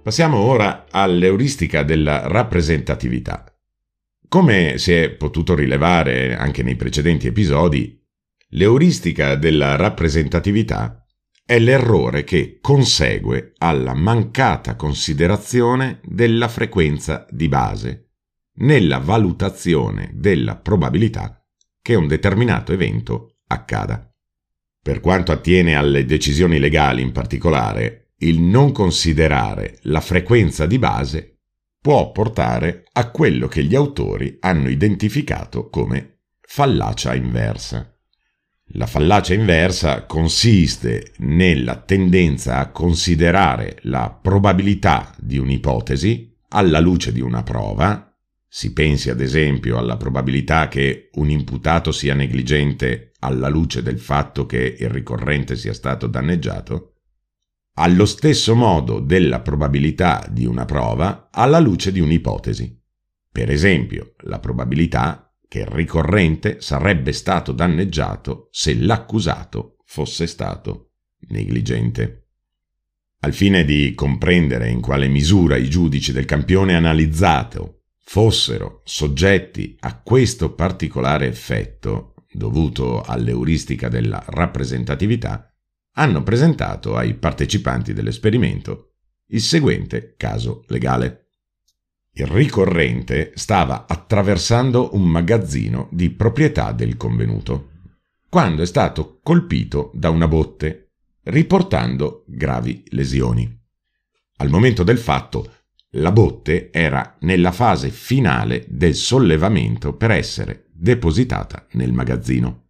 Passiamo ora all'euristica della rappresentatività. Come si è potuto rilevare anche nei precedenti episodi, l'euristica della rappresentatività è l'errore che consegue alla mancata considerazione della frequenza di base nella valutazione della probabilità che un determinato evento accada. Per quanto attiene alle decisioni legali in particolare, il non considerare la frequenza di base può portare a quello che gli autori hanno identificato come fallacia inversa. La fallacia inversa consiste nella tendenza a considerare la probabilità di un'ipotesi alla luce di una prova. Si pensi ad esempio alla probabilità che un imputato sia negligente alla luce del fatto che il ricorrente sia stato danneggiato, allo stesso modo della probabilità di una prova alla luce di un'ipotesi. Per esempio, la probabilità che il ricorrente sarebbe stato danneggiato se l'accusato fosse stato negligente. Al fine di comprendere in quale misura i giudici del campione analizzato fossero soggetti a questo particolare effetto dovuto all'euristica della rappresentatività, hanno presentato ai partecipanti dell'esperimento il seguente caso legale. Il ricorrente stava attraversando un magazzino di proprietà del convenuto quando è stato colpito da una botte, riportando gravi lesioni. Al momento del fatto, la botte era nella fase finale del sollevamento per essere depositata nel magazzino.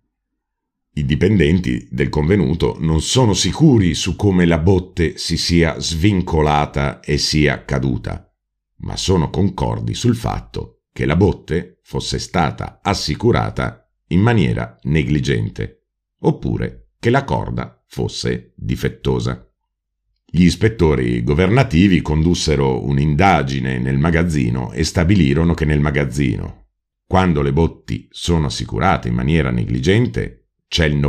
I dipendenti del convenuto non sono sicuri su come la botte si sia svincolata e sia caduta, ma sono concordi sul fatto che la botte fosse stata assicurata in maniera negligente, oppure che la corda fosse difettosa. Gli ispettori governativi condussero un'indagine nel magazzino e stabilirono che nel magazzino, quando le botti sono assicurate in maniera negligente, c'è il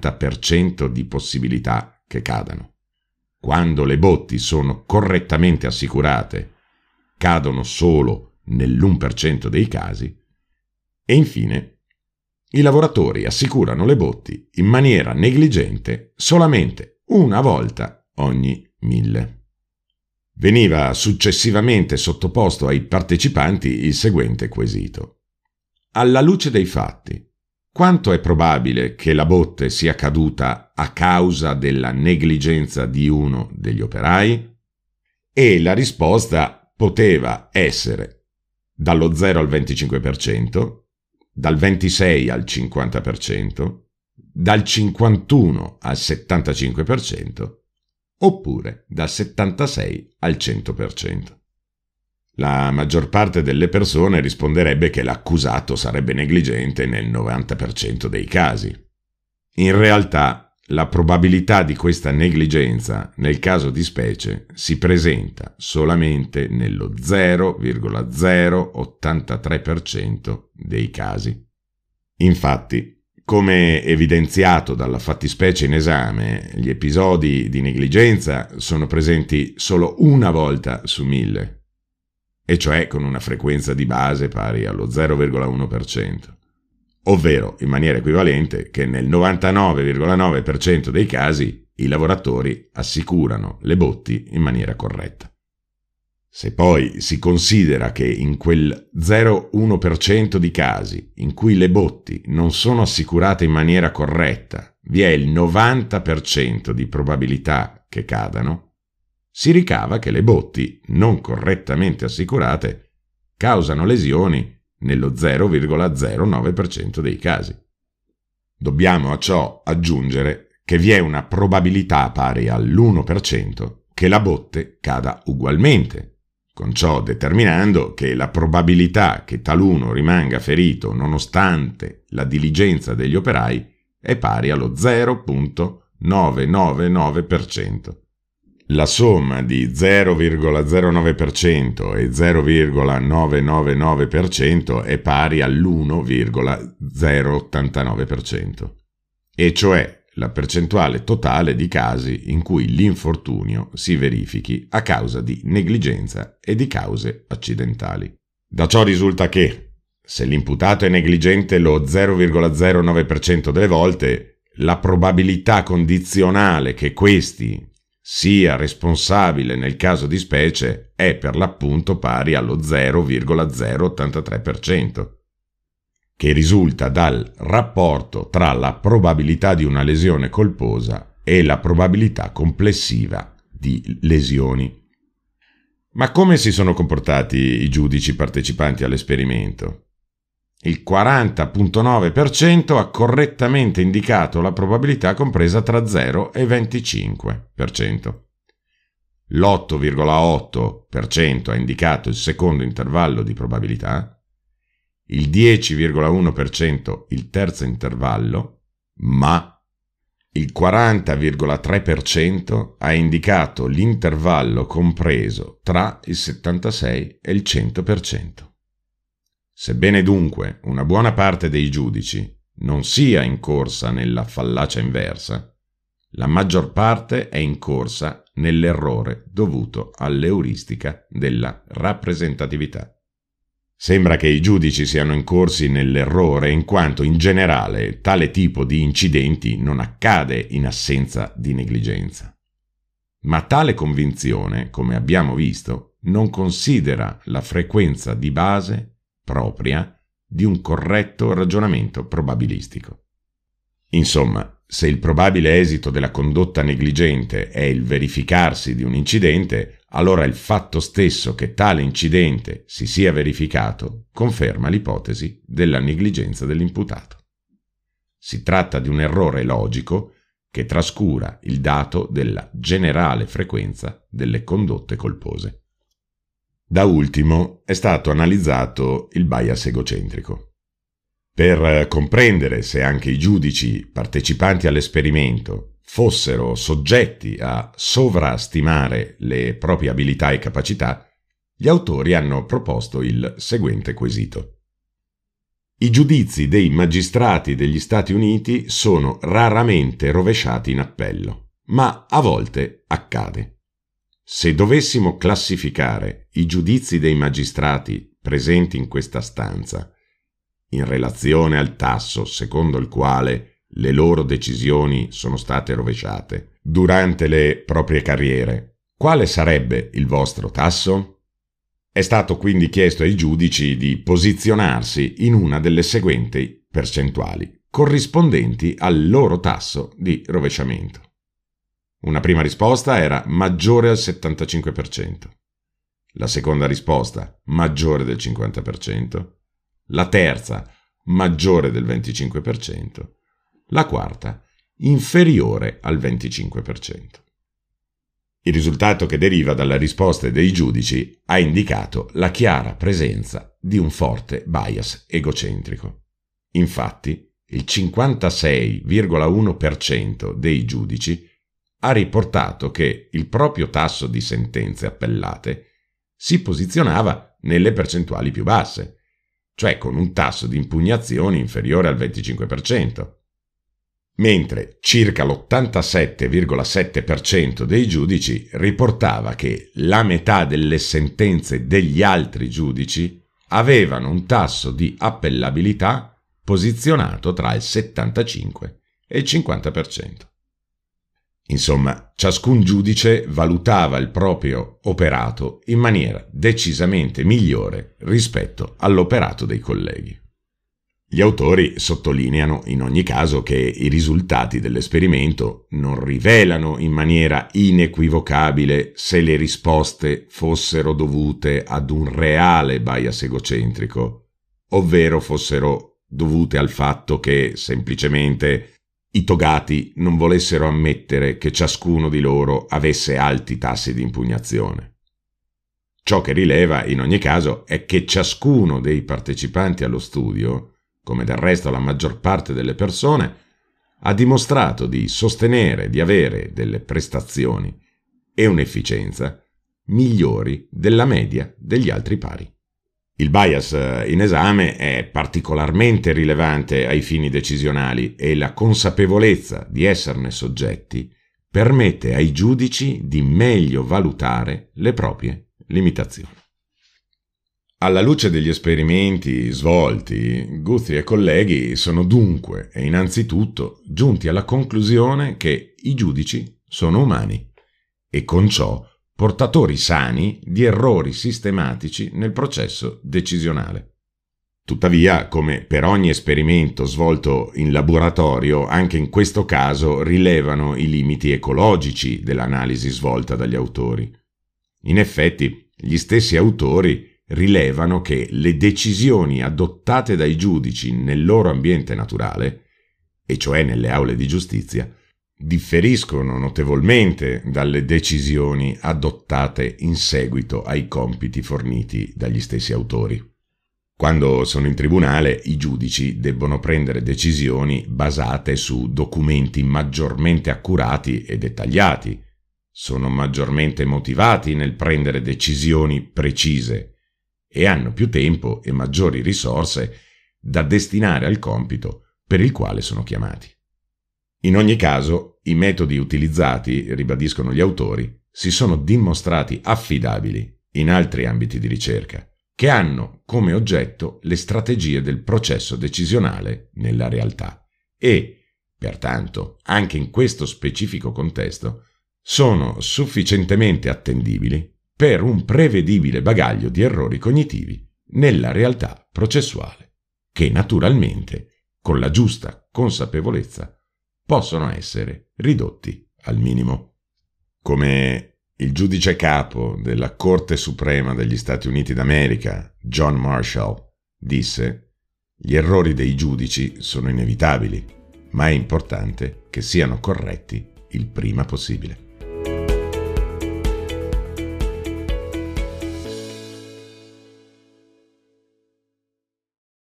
90% di possibilità che cadano. Quando le botti sono correttamente assicurate, cadono solo nell'1% dei casi. E infine, i lavoratori assicurano le botti in maniera negligente solamente una volta ogni 1000. Veniva successivamente sottoposto ai partecipanti il seguente quesito. Alla luce dei fatti, quanto è probabile che la botte sia caduta a causa della negligenza di uno degli operai? E la risposta poteva essere dallo 0 al 25%, dal 26 al 50%, dal 51 al 75%, oppure dal 76 al 100%. La maggior parte delle persone risponderebbe che l'accusato sarebbe negligente nel 90% dei casi. In realtà, la probabilità di questa negligenza, nel caso di specie, si presenta solamente nello 0,083% dei casi. Infatti, come evidenziato dalla fattispecie in esame, gli episodi di negligenza sono presenti solo una volta su 1000. E cioè con una frequenza di base pari allo 0,1%, ovvero in maniera equivalente che nel 99,9% dei casi i lavoratori assicurano le botti in maniera corretta. Se poi si considera che in quel 0,1% di casi in cui le botti non sono assicurate in maniera corretta vi è il 90% di probabilità che cadano, si ricava che le botti non correttamente assicurate causano lesioni nello 0,09% dei casi. Dobbiamo a ciò aggiungere che vi è una probabilità pari all'1% che la botte cada ugualmente, con ciò determinando che la probabilità che taluno rimanga ferito nonostante la diligenza degli operai è pari allo 0,999%. La somma di 0,09% e 0,999% è pari all'1,089%. E cioè la percentuale totale di casi in cui l'infortunio si verifichi a causa di negligenza e di cause accidentali. Da ciò risulta che, se l'imputato è negligente lo 0,09% delle volte, la probabilità condizionale che questi sia responsabile nel caso di specie è per l'appunto pari allo 0,083%, che risulta dal rapporto tra la probabilità di una lesione colposa e la probabilità complessiva di lesioni. Ma come si sono comportati i giudici partecipanti all'esperimento? Il 40,9% ha correttamente indicato la probabilità compresa tra 0 e 25%. L'8,8% ha indicato il secondo intervallo di probabilità, il 10,1% il terzo intervallo, ma il 40,3% ha indicato l'intervallo compreso tra il 76 e il 100%. Sebbene dunque una buona parte dei giudici non sia incorsa nella fallacia inversa, la maggior parte è incorsa nell'errore dovuto all'euristica della rappresentatività. Sembra che i giudici siano incorsi nell'errore in quanto in generale tale tipo di incidenti non accade in assenza di negligenza. Ma tale convinzione, come abbiamo visto, non considera la frequenza di base propria di un corretto ragionamento probabilistico. Insomma, se il probabile esito della condotta negligente è il verificarsi di un incidente, allora il fatto stesso che tale incidente si sia verificato conferma l'ipotesi della negligenza dell'imputato. Si tratta di un errore logico che trascura il dato della generale frequenza delle condotte colpose. Da ultimo è stato analizzato il bias egocentrico. Per comprendere se anche i giudici partecipanti all'esperimento fossero soggetti a sovrastimare le proprie abilità e capacità, gli autori hanno proposto il seguente quesito. I giudizi dei magistrati degli Stati Uniti sono raramente rovesciati in appello, ma a volte accade. Se dovessimo classificare i giudizi dei magistrati presenti in questa stanza in relazione al tasso secondo il quale le loro decisioni sono state rovesciate durante le proprie carriere, quale sarebbe il vostro tasso? È stato quindi chiesto ai giudici di posizionarsi in una delle seguenti percentuali, corrispondenti al loro tasso di rovesciamento. Una prima risposta era maggiore al 75%, la seconda risposta maggiore del 50%, la terza maggiore del 25%, la quarta inferiore al 25%. Il risultato che deriva dalle risposte dei giudici ha indicato la chiara presenza di un forte bias egocentrico. Infatti, il 56,1% dei giudici ha riportato che il proprio tasso di sentenze appellate si posizionava nelle percentuali più basse, cioè con un tasso di impugnazioni inferiore al 25%, mentre circa l'87,7% dei giudici riportava che la metà delle sentenze degli altri giudici avevano un tasso di appellabilità posizionato tra il 75 e il 50%. Insomma, ciascun giudice valutava il proprio operato in maniera decisamente migliore rispetto all'operato dei colleghi. Gli autori sottolineano in ogni caso che i risultati dell'esperimento non rivelano in maniera inequivocabile se le risposte fossero dovute ad un reale bias egocentrico, ovvero fossero dovute al fatto che semplicemente i togati non volessero ammettere che ciascuno di loro avesse alti tassi di impugnazione. Ciò che rileva in ogni caso è che ciascuno dei partecipanti allo studio, come del resto la maggior parte delle persone, ha dimostrato di sostenere di avere delle prestazioni e un'efficienza migliori della media degli altri pari. Il bias in esame è particolarmente rilevante ai fini decisionali e la consapevolezza di esserne soggetti permette ai giudici di meglio valutare le proprie limitazioni. Alla luce degli esperimenti svolti, Guthrie e colleghi sono dunque e innanzitutto giunti alla conclusione che i giudici sono umani e con ciò portatori sani di errori sistematici nel processo decisionale. Tuttavia, come per ogni esperimento svolto in laboratorio, anche in questo caso rilevano i limiti ecologici dell'analisi svolta dagli autori. In effetti, gli stessi autori rilevano che le decisioni adottate dai giudici nel loro ambiente naturale, e cioè nelle aule di giustizia, differiscono notevolmente dalle decisioni adottate in seguito ai compiti forniti dagli stessi autori. Quando sono in tribunale, i giudici debbono prendere decisioni basate su documenti maggiormente accurati e dettagliati, sono maggiormente motivati nel prendere decisioni precise e hanno più tempo e maggiori risorse da destinare al compito per il quale sono chiamati. In ogni caso, i metodi utilizzati, ribadiscono gli autori, si sono dimostrati affidabili in altri ambiti di ricerca, che hanno come oggetto le strategie del processo decisionale nella realtà e, pertanto, anche in questo specifico contesto, sono sufficientemente attendibili per un prevedibile bagaglio di errori cognitivi nella realtà processuale, che naturalmente, con la giusta consapevolezza, possono essere ridotti al minimo. Come il giudice capo della Corte Suprema degli Stati Uniti d'America, John Marshall, disse: «Gli errori dei giudici sono inevitabili, ma è importante che siano corretti il prima possibile».